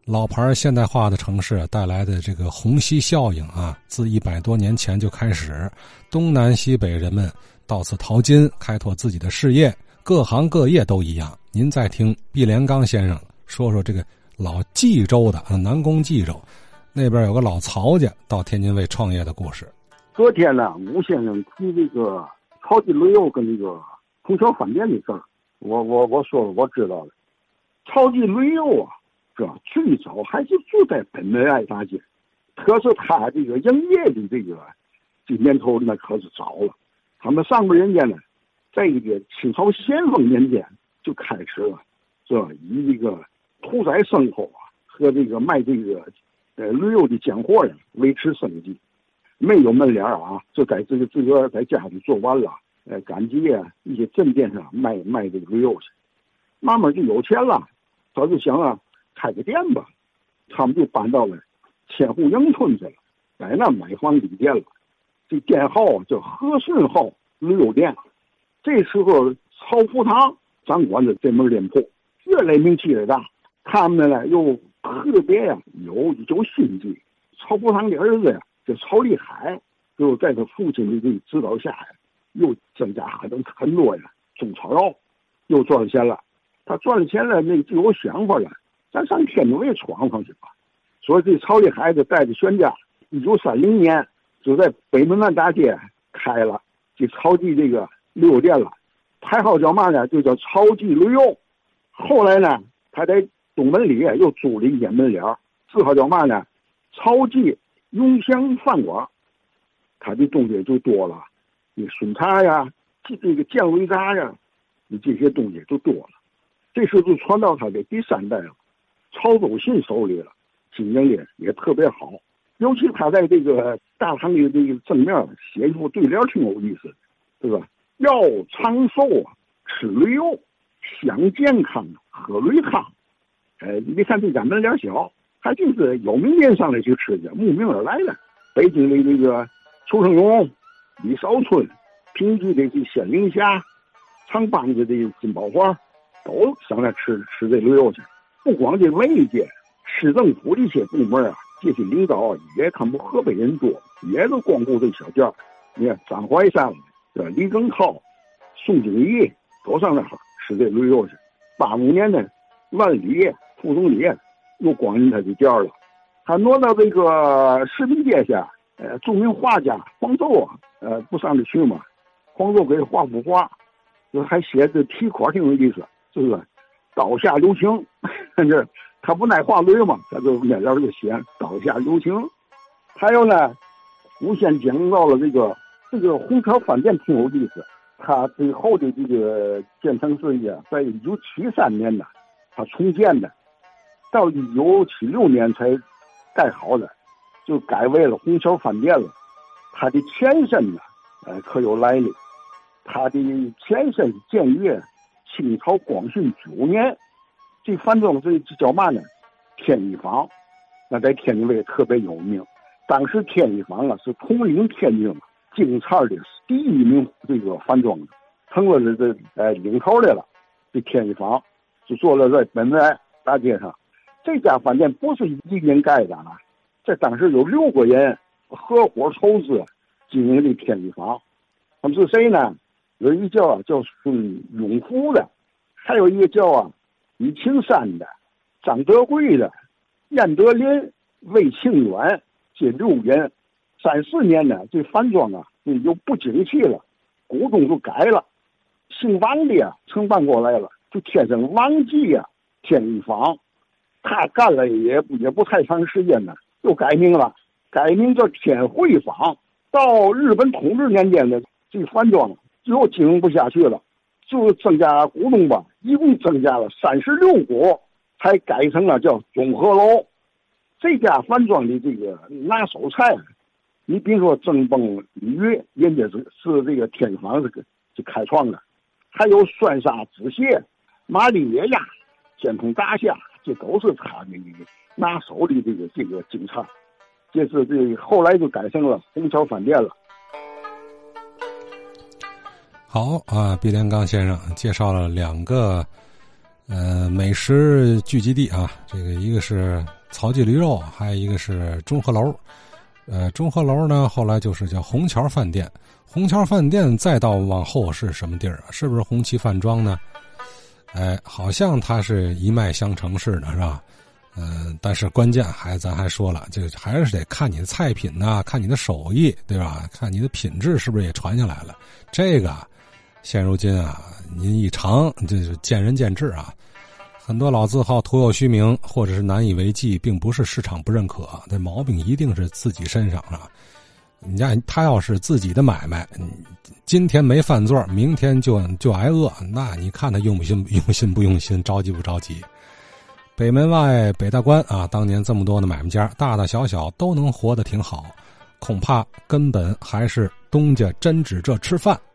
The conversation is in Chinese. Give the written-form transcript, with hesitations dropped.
老牌现代化的城市带来的这个虹吸效应啊，自100多年前就开始，东南西北人们到此淘金，开拓自己的事业，各行各业都一样。您再听毕连刚先生说说这个老冀州的南宫冀州那边有个老曹家到天津卫创业的故事。 昨天呢，吴先生提这个超级旅游跟这个虹桥饭店的事儿，我说了，我知道了。超级旅游啊，这最早还是住在本门爱大街，可是他这个营业的这年头那可是早了。他们上边人家呢，在这个清朝咸丰年间就开始了，是吧？以这个屠宰牲口啊和这个卖这个旅游的讲货呀维持生计，没有门脸啊，就在自个儿在家里做完了，赶集啊一些镇店上卖这个旅游去，慢慢就有钱了。他就想啊，开个店吧，他们就搬到了千户营村去了，在那买房立店了。这店号叫和顺号旅游店。这时候曹福堂掌管着这门店铺，越来名气越大。他们呢又特别呀有心计。曹福堂的儿子呀叫曹立海，就在他父亲的这个指导下呀，又增加很多呀种草药，又赚钱了。他赚了钱了，那就有想法了，咱上天津卫闯上去吧。所以这曹立海就带着全家，1930年就在北门南大街开了这超级这个旅游店了，牌号叫嘛呢？就叫超级旅游。后来呢，他在东门里又租了一间门脸，字号叫嘛呢？超级永祥饭馆。他的东西就多了，你순茶呀，这个酱味茶呀，你这些东西就多了。这时候就传到他的第3代了，曹州信手里了，经营的也特别好。尤其他在这个大堂的这个正面写一副对联，挺有意思，对吧？要长寿啊，吃旅游；想健康，喝旅汤。你看这家门脸小，他就是有名人上来去吃去，慕名而来的。北京的这个邱成勇、李少春，评剧的这仙灵侠，唱梆子的金宝华，都上来吃这旅游去。不光这文艺界，市政府的一些部门啊，这些领导啊，也看不河北人多，也都光顾这小店。你看张怀山、李庚涛、宋景仪都上那儿吃这旅游去。85年呢，万里副总理又光临他的店了。他挪到这个市民街下，著名画家黄胄啊，不上得去嘛。黄胄给画幅画，就还写着题款挺有意思，就是刀下留情。这他不耐画驴嘛，他就面料就写刀下留情。还有呢，吴先讲到了这个虹桥饭店挺有意思。他最后的这个建成事业在1973年呢，他重建的，到1976年才盖好的，就改为了虹桥饭店了。它的前身呢，可有来历。它的前身建于清朝光绪9年，这饭庄这叫嘛呢？天一坊，那在天津卫特别有名。当时天一坊啊是统领天津京菜的第1名这个饭庄，成了这领头的了。这天一坊就坐落在本门大街上。这家饭店不是一个人盖的啊，在当时有6个人合伙筹资经营的天一坊。他们是谁呢？有一个叫孙永福的，还有一个叫李青山的、张德贵的、燕德林、魏庆远，这6人。34年呢，这饭庄啊就不景气了，股东就改了，姓王的承办过来了，就添上王记天一坊。他干了也不太长时间呢，又改名了，改名叫天汇坊。到日本统治年间的这饭庄又经营不下去了，就增加股东吧，一共增加了36股，才改成了叫综合楼。这家饭庄的这个拿手菜，你比如说蒸崩鱼，人家是这个天坊就开创的，还有酸杀子蟹、马里野鸭、煎筒大虾，这都是他的拿手的这个京菜。这是后来就改成了虹桥饭店了。 好啊，毕连刚先生介绍了2个美食聚集地啊，这个一个是曹记驴肉，还有一个是中和楼。中和楼呢，后来就是叫虹桥饭店。虹桥饭店再到往后是什么地儿啊？是不是红旗饭庄呢？好像它是一脉相承似的，是吧？但是关键咱还说了，这个还是得看你的菜品呐，看你的手艺，对吧？看你的品质是不是也传下来了？这个现如今啊，您一尝，这是见仁见智啊。很多老字号徒有虚名，或者是难以为继，并不是市场不认可，这毛病一定是自己身上啊。人家他要是自己的买卖，今天没饭座，明天就挨饿，那你看他用心不用心，着急不着急？北门外北大关啊，当年这么多的买卖家，大大小小都能活得挺好，恐怕根本还是东家真指这吃饭。